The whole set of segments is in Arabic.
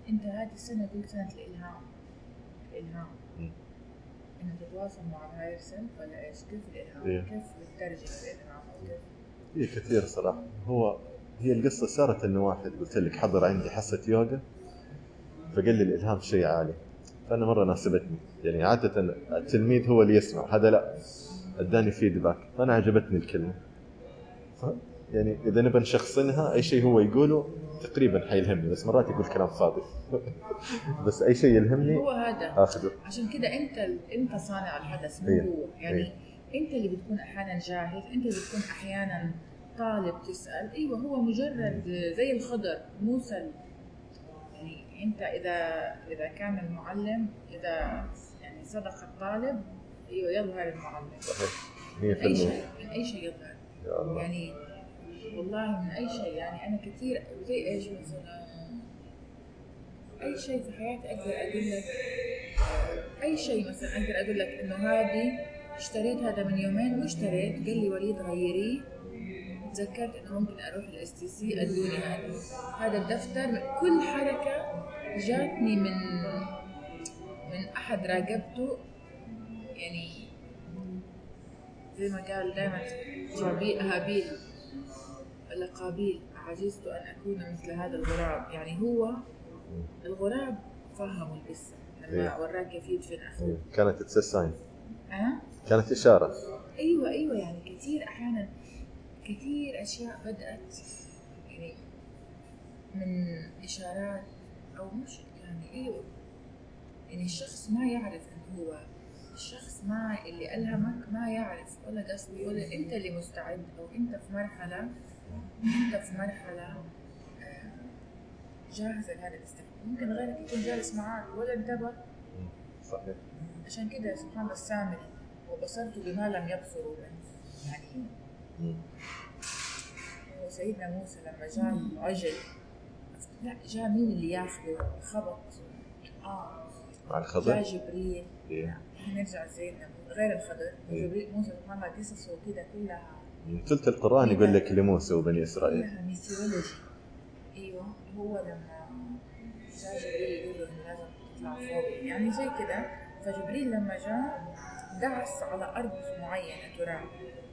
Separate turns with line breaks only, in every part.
انت هذه السنه قلت سنه الالهام انك تتواصل مع الهاير سيلف ولا ايش؟ كيف الالهام؟
إيه.
كيف بتترجم الالهام او كيف؟
هي كثير صراحة. هي القصة صارت إنه واحد قلت لك حضر عندي حصة يوغا، فقال لي الإلهام شيء عالي، فأنا مرة ناسبتني. يعني عادة التلميذ هو اللي يسمع، هذا لا، اداني فيدباك، فأنا عجبتني الكلمة. يعني إذا نبى نشخصنها أي شيء هو يقوله تقريبا حيلهمني، بس مرات يقول كلام فاضي بس أي شيء يلهمني
هو هذا
أخذه.
عشان كده انت صانع الحدث مو
إيه.
هو يعني.
إيه.
انت اللي بتكون احيانا جاهز، انت اللي بتكون احيانا طالب تسال. ايوه هو مجرد زي الخضر موسى. يعني انت اذا كان المعلم، اذا يعني صدق الطالب، ايوه يظهر المعلم.
صحيح.
من اي شيء، من اي شيء يظهر.
يا الله.
يعني والله من اي شيء. يعني انا كثير زي ايش مثلا، اي شيء في حياتي اقدر اقول لك، اي شيء مثلا اقدر اقول لك انه هذه اشتريت هذا من يومين واشتريت، قال لي وليد غيريه، تذكرت انه ممكن اروح الاس تي سي ادوني هذا الدفتر. كل حركه جاتني من احد راقبته. يعني زي ما قال دائما هابيل ولا قابيل، عجزت ان اكون مثل هذا الغراب. يعني هو الغراب فهموا القصه لما وراك كيف يدفن اخوه.
كانت تسساين،
أه؟
كانت إشارة.
ايوه يعني كثير احيانا كثير اشياء بدات يعني من اشارات او مش يعني. ايوه يعني الشخص ما يعرف انه هو الشخص، ما اللي ألهمك ما يعرف ولا قصدي، ولا انت اللي مستعد، او انت في مرحله جاهزه لهذا الاستقبال. ممكن غيرك يكون جالس معاك ولا انتبه.
صحيح.
عشان كده سبحان الله السامري وبصرت بما لم يبصروا به. يعني سيدنا موسى لما جاء العجل، لا جاء مين اللي ياخذه؟ خبط
مع الخضر.
جاء جبريل.
إيه.
نرجع سيدنا غير الخضر. جبريل موسى سبحان الله قصصه كده كلها
ثلث القرآن يقول لك لموسى وبني إسرائيل
كلها ميثولوجي. ايوه هو لما جاء جبريل يقول له انه لازم تطلع فوق يعني زي كده. فجبريل لما جاء دعس على ارض معينه تراب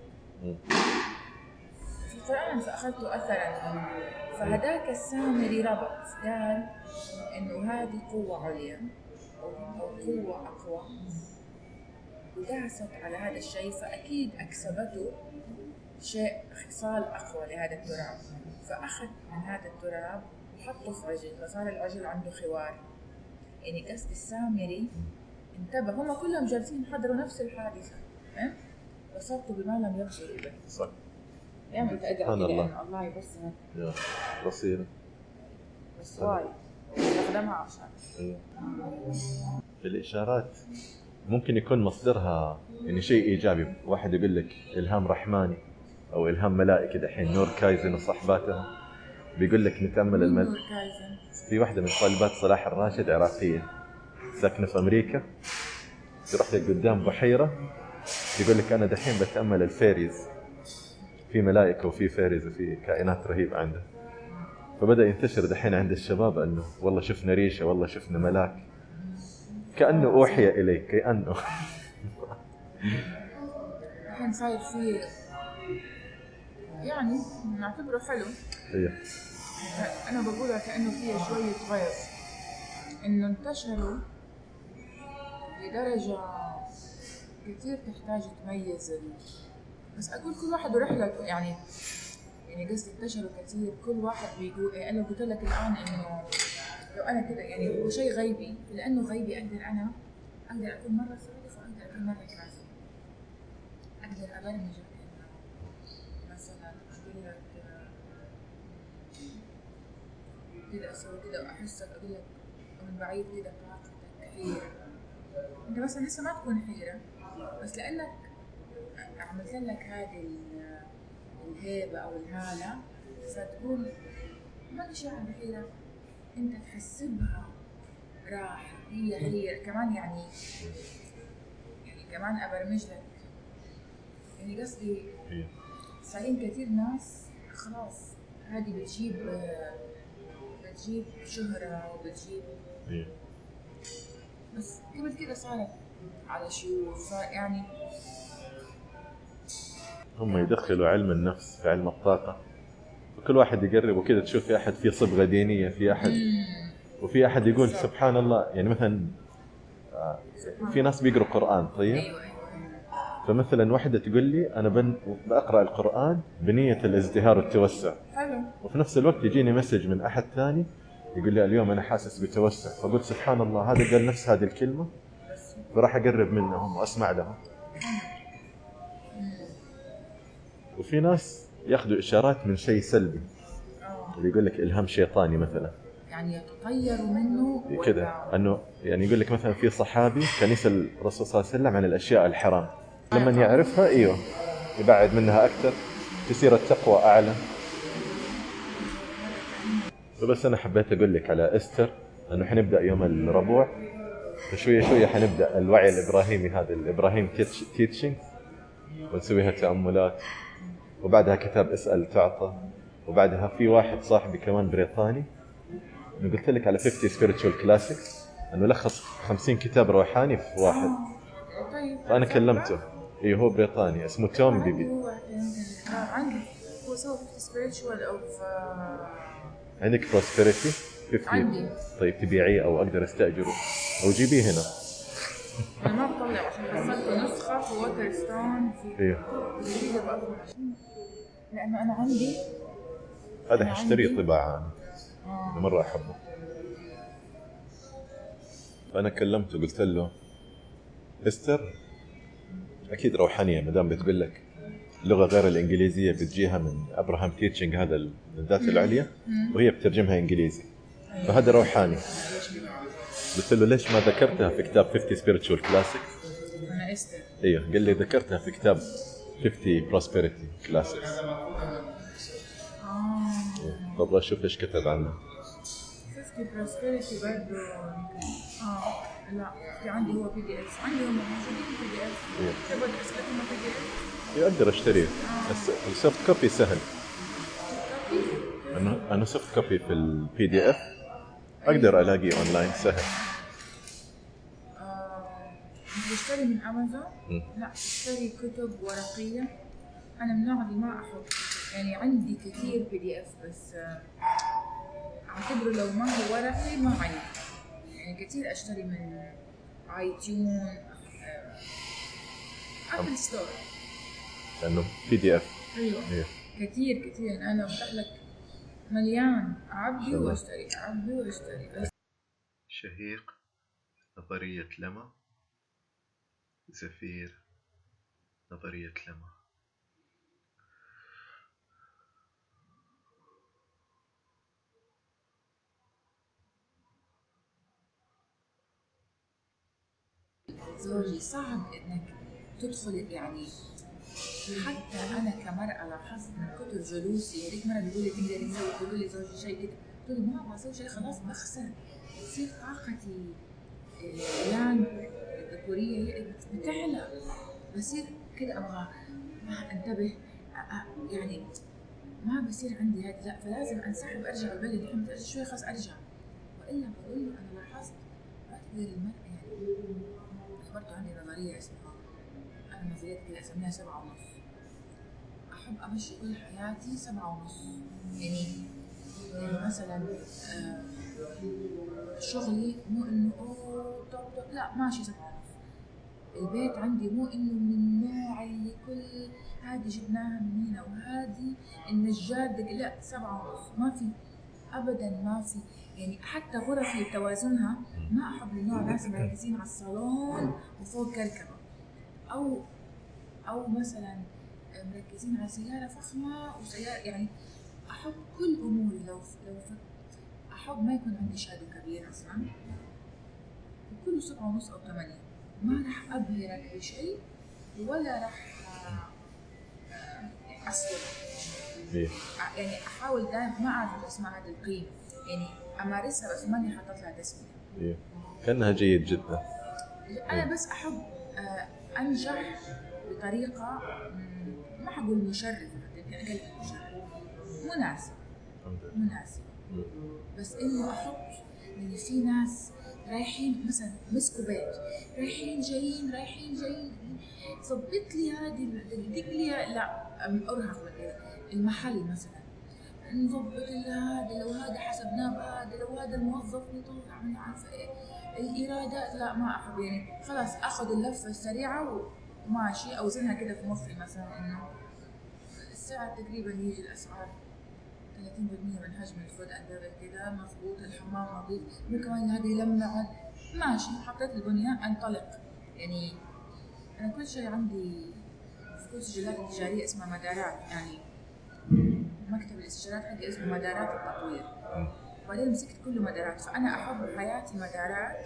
في القرآن فأخذت أثرا. فهداك السامري ربط قال إنه هذه قوة عليا أو قوة أقوى، ودعست على هذا الشيء، فأكيد أكسبته شيء خصال أقوى لهذا التراب. فأخذ من هذا التراب وحطه في عجل، فصار العجل عنده خوار. يعني قصد السامري انتبه، هم كلهم جالسين حضروا نفس الحادثة. بصرت بما لم يبصروا به.
صح.
يعني بتأدع كده
الله.
الله يبصر
يا بصيرة.
بس واي استخدمها عشان
في الإشارات ممكن يكون مصدرها يعني شيء إيجابي. واحد يقول لك إلهام رحماني أو إلهام ملائكي. دحين نور كايزن وصحباته بيقول لك نتأمل في واحدة من طالبات صلاح الراشد عراقية ساكنة في أمريكا، تروح لك قدام بحيرة، يقول لك أنا دحين بتأمل الفيريز، في ملائكة وفي فيريز وفي كائنات رهيبة عنده. فبدأ ينتشر دحين عند الشباب أنه والله شفنا ريشة، والله شفنا ملاك، كأنه أوحي إليه، كأنه
الحين صاير فيه يعني نعتبره حلو.
إيه.
أنا بقولها كأنه فيه شوية غيظ إنه انتشروا لدرجة كتير تحتاج تميز بس أقول كل واحد ورحلته. يعني قصدي انتشروا كتير، كل واحد بيقول أنا قلت لك الآن إنه لو أنا كده يعني هو شيء غيبي، لأنه غيبي أقدر أكون مرة صادق وأقدر أكون مرة كاذب. أقدر أبرمج إنه مثلا أقول لك كده أسوي كده وأحسك، أقول لك من بعيد كده طاقتك حيرة. أنت مثلا لسه ما تكون حيرة، بس لأنك عملت لك هذه الهيبة أو الهالة، فتكون ما شاعر بحيرة، أنت تحسبها راحة. هي كمان يعني كمان أبرمج لك. يعني قصدي صحيح كثير ناس خلاص هذه بتجيب بتجيب شهرة وبتجيب،
إيه.
بس قبل كده صارت على شيوخ يعني
هم يدخلوا علم النفس في علم الطاقة، وكل واحد يقرب وكذا تشوف في أحد في صبغة دينية، في أحد وفي أحد يقول سبحان الله. يعني مثلا في ناس بيقروا قرآن طيب،
أيوة.
فمثلا واحدة تقول لي أنا بقرأ القرآن بنية الازدهار والتوسع،
حلو.
وفي نفس الوقت يجيني مسج من أحد ثاني يقول لي اليوم أنا حاسس بتوسع، فقلت سبحان الله هذا قال نفس هذه الكلمة، فراح أقرب منهم وأسمع لهم. وفي ناس ياخذوا إشارات من شيء سلبي، اللي يقول لك إلهام شيطاني مثلا،
يعني يتطيروا منه
كذا، أنه يعني يقول لك مثلا في صحابي كان يسأل الرسول صلى الله عليه وسلم عن الأشياء الحرام، لما يعرفها أيوه يبعد منها أكثر، تصير التقوى أعلى. فبس أنا حبيت أقول لك على إستر، أنه حنبدأ يوم الربوع، فشوية شوية حنبدأ الوعي الإبراهيمي هذا، الإبراهيم تيتشنج، ونسويها تأملات، وبعدها كتاب اسأل تعطى، وبعدها في واحد صاحبي كمان بريطاني، أنا قلت لك على 50 spiritual classics، أنه لخص 50 كتاب روحاني في واحد.
طيب
فأنا كلمته، إيه هو بريطاني اسمه توم بيبي.
عندي هو سوى 50 spiritual of
عندك prosperity 50؟
عندي.
طيب تبيعيه أو أقدر أستأجره أو جيبيه هنا؟
أنا ما بطلع عشان حصلت نسخة في ووتر ستون في
إيه.
جديدة بأخذ، لأنه أنا عندي
هذا حاشتريه طباعة أنا مرة أحبه. فأنا كلمته قلت له إستر أكيد روحانية مدام بتقول لك لغة غير الإنجليزية بتجيها من أبراهام تيتشنج هذا الذات العليا، وهي بترجمها إنجليزي، فهذا روحاني. قلت له ليش ما ذكرتها في كتاب 50 spiritual classics؟
أنا إستر.
إيه قال لي ذكرتها في كتاب 50 prosperity classics. طب أشوف إيش كتب عنه.
50 prosperity برضو. لا في عندي هو PDF، عندي هم موجودين PDF. تبغى أسألهم PDF؟
أقدر أشتريه، بس السوفت كوبي سهل. أنا سوفت كوبي في PDF أقدر ألاقي أونلاين سهل.
بشتري من أمازون؟ لا بشتري كتب ورقية. أنا من النوع اللي ما أحب، يعني عندي كثير PDF بس أعتبره لو ما هو ورقي ما عندي. يعني كثير أشتري من iTunes، أبل ستور،
لأنه PDF.
أيوة. كثير أنا أفتح لك مليان، أعبي وأشتري أعبي وأشتري.
شهيق، نظرية لما، زفير، نظرية لما.
زوجي صعب إنك تدخل، يعني حتى أنا كمرأة لاحظت من كتر جلوسي. هذيك مرة بيقول لي تقدري تسوي، بيقول لي زوجي شيء كده، قلت له ما أبغى أسوي شيء، خلاص بخسر، تصير طاقتي الآن الذكورية بتعلى، بصير كده أبغى أنتبه، يعني ما بصير عندي هذا، لا فلازم أنسحب أرجع البلد، الحين أرجع شوي خلاص أرجع، وإلا بقول له أنا لاحظت ما تقدر المرأة، يعني برضو عندي نظرية اسمها، أنا نظرية كده أسميها 7.5. أحب أمشي كل حياتي 7.5. يعني مثلا شغلي مو إنه طب لا ماشي 7.5. البيت عندي مو إنه من النوع اللي كل هذه جبناها من هنا وهذه النجار لا 7.5 ما في أبدا، ما في. يعني حتى غرفي توازنها ما أحب النوع ناس مركزين على الصالون وفوق كركبة، أو مثلا مركزين على سيارة فخمة وسيارة، يعني أحب كل أموري لو أحب ما يكون عندي شادو كبير أصلا، وكله 7.5 أو 8. ما راح أبهرك بشيء ولا راح أصبر، يعني أحاول دائما ما أعرف اسمها هذه القيمة، يعني أمارسها بس ماني حاطط لها تسمية.
كأنها جيد جدا.
أنا بس أحب أنجح بطريقة ما حقول مشرفة، يعني كلمة مشرفة مناسبة. بس انه احط يعني في ناس رايحين مثلا مسكوا بيت، رايحين جايين ظبط لي هذه دق لي لا ارهق المحل مثلا نظبط هذا، لو هذا حسبناه بهذا، لو هذا الموظف نطلع من عارفه ايه الايرادات، لا ما احب يعني خلاص اخذ اللفه السريعه وماشي اوزنها كده في مخي مثلا انه الساعه تقريبا يجي الاسعار 30% من حجم الفود اند كده مضبوط، الحمام نظيف، مو كمان هذا يلمع ماشي، حطيت البنيه انطلق. يعني انا كل شيء عندي في كل سجلات التجاريه اسمها مدارات، يعني مكتب الاستشارات حقي اسمه مدارات التطوير، وبعدين مسكت كله مدارات، فانا احب حياتي مدارات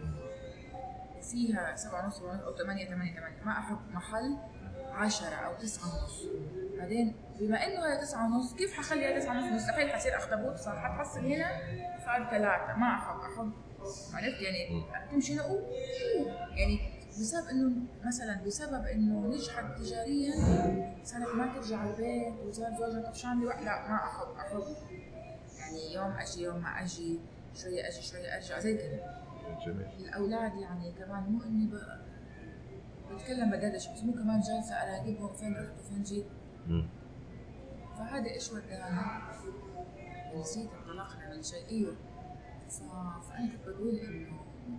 فيها 7:30 أو 8 ما أحب محل 10 أو 9:30. بعدين بما إنه هي 9:30 كيف حخليها 9:30؟ مستحيل حصير أخطبوط، صح حتحصل هنا صار 3. ما أحب عرفت يعني تمشي هنا يعني بسبب إنه مثلا بسبب إنه نجحت تجاريا صارت ما ترجع البيت وصار زوجها طفشان لي، لا ما أحب يعني يوم أجي يوم ما أجي، شوية أجي شوية أرجع زي كذا.
جميل.
الأولاد يعني كمان مو إني بتكلم بدردش، بس مو كمان جالسة أراقبهم فين رحت وفين جيت. فهذا إيش ودانا نسيت انطلقنا من شيء. أيوه فأنا كنت بقول إنه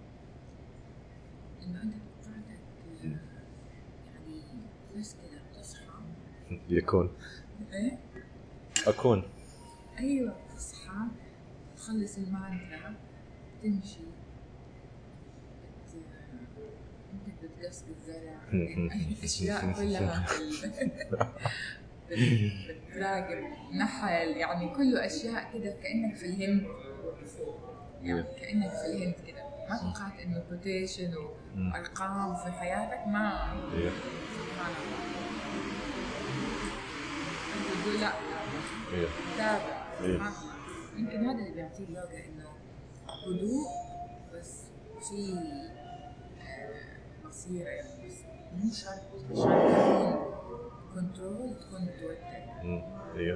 أنت توقعتك يعني بس كده تصحى
يكون
إيه؟
أكون
أيوه تصحى تخلص المانترا تمشي انت بتقص الزرع الاشياء كلها بتراقب نحل، يعني كله اشياء كده كانك في الهند، يعني كانك في الهند كده. ما توقعت انه كوتيشن وارقام في حياتك ما سبحان الله. انت تقول لا تابع سبحان الله. يمكن هذا اللي بيعطيه اليوغا، انه هدوء بس في بصيرة، يعني بس مو شرط تكون كنترول، تكون متوتر.
ايوه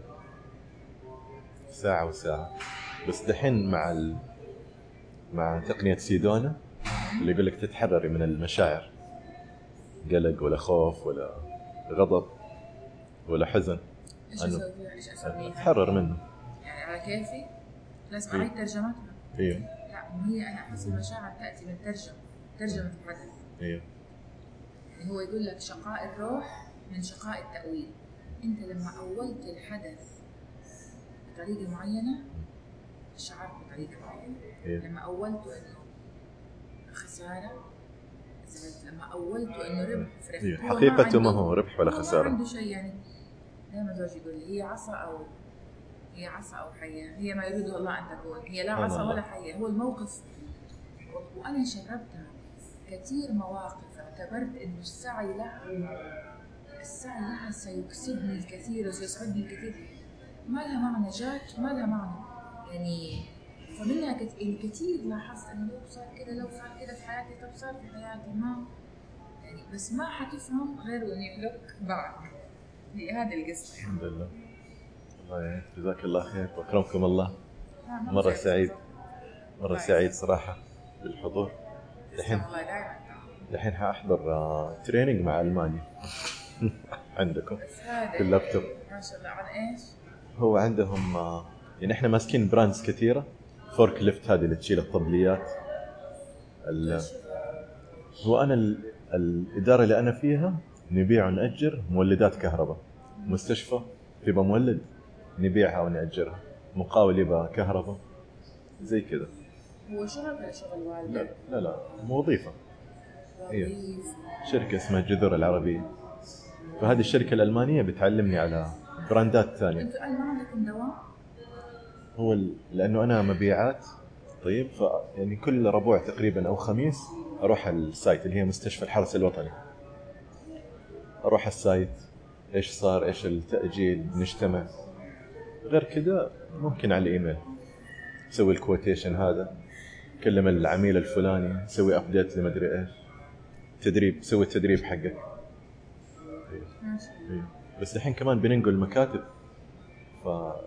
ساعة وساعة. بس دحين مع تقنية سيدونا اللي يقول لك تتحرري من المشاعر، قلق ولا خوف ولا غضب ولا حزن،
ايش اسوي فيها؟ ايش اسوي؟
اتحرر منه
يعني على كيفي لازم اعيد ترجمتها.
ايوه
لا مو هي، انا احس المشاعر تاتي من ترجمة الحدث.
ايوه
يعني هو يقول لك شقاء الروح من شقاء التأويل. انت لما اولت الحدث بطريقة معينة شعرت بطريقة معينة. لما أولته إنه خسارة زعلت، لما أولته إنه ربح فرحت.
حقيقته ما هو ربح ولا خسارة،
ما عنده شيء. يعني دائما زوجي يقول لي هي عصا أو حية، هي ما يريده الله أن تكون، هي لا عصا ولا حية، هو الموقف. وأنا جربتها كثير مواقف، اعتبرت إنه السعي لها سيكسبني الكثير وسيسعدني الكثير، ما لها معنى، جات ما لها معنى. يعني فمنها كثير لاحظت انه لو صار كذا في حياتي، طب صار في حياتي ما يعني، بس ما حتفهم غير وان يملك بعد. هذا القصة.
الحمد لله. الله يعين، جزاك الله خير واكرمكم الله. مرة سعيد صراحة بالحضور. الحين حاحضر تريننج مع ألمانيا عندكم في اللابتوب.
ما شاء الله. عن ايش؟
هو عندهم يعني احنا ماسكين براندز كثيرة، فورك ليفت هذه اللي تشيل الطبليات. هو أنا الإدارة اللي أنا فيها نبيع ونأجر مولدات كهرباء. مستشفى تبى مولد نبيعها ونأجرها، مقاول يبى كهرباء زي كذا.
هو شغل ولا شغل والدك؟
لا مو وظيفة. هي شركة اسمها جذور العربية، فهذه الشركة الألمانية بتعلمني على براندات ثانية.
أنتوا الآن ما عندكم دوام؟
هو لأنه أنا مبيعات، طيب يعني كل ربوع تقريبا أو خميس أروح السايت اللي هي مستشفى الحرس الوطني، أروح السايت إيش صار، إيش التأجيل، نجتمع. غير كده ممكن على الإيميل سوي الكوتيشن هذا، كلم العميل الفلاني، سوي أبديت لمدري إيش، تدريب، سوي التدريب حقك. بس الحين كمان بننقل مكاتب،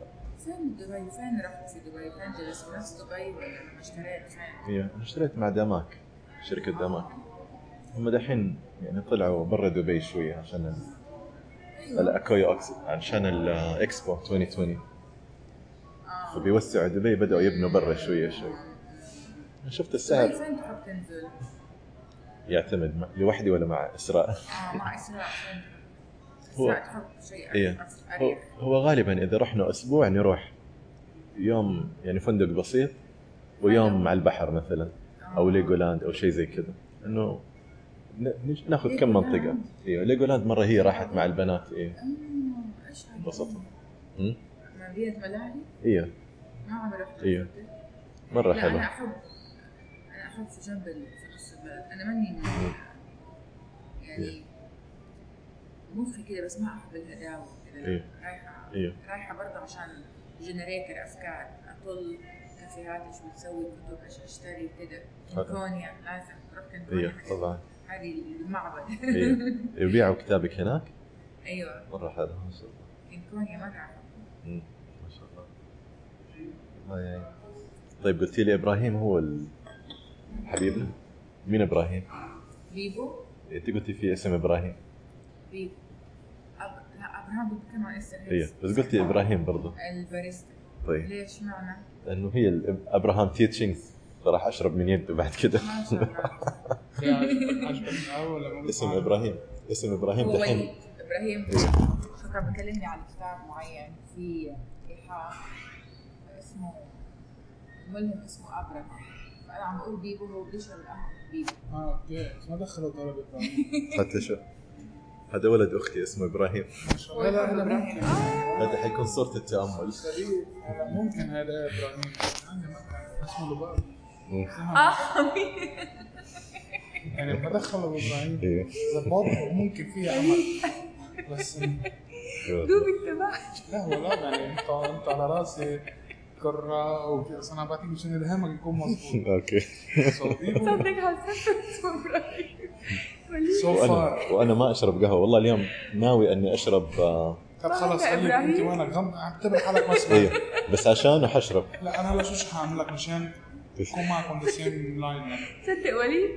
فين دبي؟ فين رحت في دبي؟ فين جلست؟ نفس دبي ولا لما اشتريت فين؟
ايوه انا اشتريت مع داماك، شركة داماك. هم دحين يعني طلعوا برا دبي شوية عشان الاكوي عشان الاكسبو 2020، فبيوسعوا دبي، بدأوا يبنوا برا شوية شوي. أنا شفت
دبي
السعر
فين تحب تنزل؟
يعتمد لوحدي ولا مع إسراء.
مع إسراء فين؟
هو-
إسراء تحب شيء
إيه.
أريح.
هو غالبا إذا رحنا أسبوع نروح يوم يعني فندق بسيط، ويوم مع البحر مثلا، أو ليجولاند أو شيء زي كده، إنه ناخذ كم منطقة. إيه ليجولاند مرة هي راحت مع البنات. إيه
إيش
انبسطوا.
مدينة ملاهي؟
إيه
ما عم رحت.
إيه مرة
لا
حلوة.
أنا أحب في جنب في نص البلد. أنا ماني يعني مخي كده، بس ما أحب الهداوة كده.
إيه.
رايحة برضه عشان جنريتر أفكار، أطل كافيهات، إيش بتسوي، كتب، إيش أشتري كده. كونيا لازم رحت كونيا.
إيه طبعا.
هذه المعبد.
إيه يبيعوا كتابك هناك.
أيوة
مرة حلو ما شاء الله.
كونيا مرة أحب.
ما شاء الله. الله يعين. طيب قلتي لي إبراهيم هو حبيبنا. مين إبراهيم؟
بيبو.
أنت قلتي في اسم إبراهيم.
بيبو. لا أبراهام بتكلم عن اسم.
إيه بس قلتي إبراهيم برضه.
الباريستا.
طيب
ليش معنى؟
لأنه هي أبراهام تيتشينجز، فراح أشرب من يده بعد كده.
ما شاء الله.
اسم إبراهيم. اسم إبراهيم
هو
دحين.
وليد إبراهيم. شكرا. بكلمني عن كتاب معين في إيحاء اسمه ملهم، اسمه أبرة. فأنا عم أقول بيبو، هو بيشرب القهوة بيبو.
اوكي ما دخلوا طلب ابراهيم.
حتى شو هذا ولد أختي اسمه إبراهيم.
هذا إبراهيم.
هذا حيكون صورة التأمل.
ممكن هذا ابراهيم عندي مكان اسمه لباب. يعني ما دخلوا ابراهيم.
إيه.
زبط ممكن فيه عمل بس
دوب انتبهت.
لا والله يعني انت على راسي كرة وبس انا بعطيك مشان الهمك يكون مظبوط.
أوكي.
صدق حسيت إبراهيم.
وأنا ما أشرب قهوة والله. اليوم ناوي أني أشرب.
طب خلص خليك انت وينك غم اعتبر حالك مسؤول.
إيه بس عشان حشرب.
لا انا هلا شو حاعمل لك مشان يكون معكم السيم لاين يعني.
تصدق وليد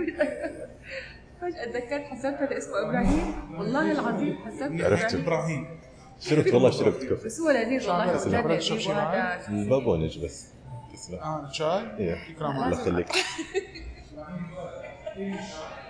فجأة تذكرت حسبت اسمه إبراهيم. والله العظيم حسبت
عرفت
ابراهيم.
شربت والله شربت كوفي.
بس هو لذيذ والله.
شو عملت؟
صدق
شو
بيبو هذا.
بابونج بس. تسمع.
شاي.
إيه
يكرم
الله يخليك.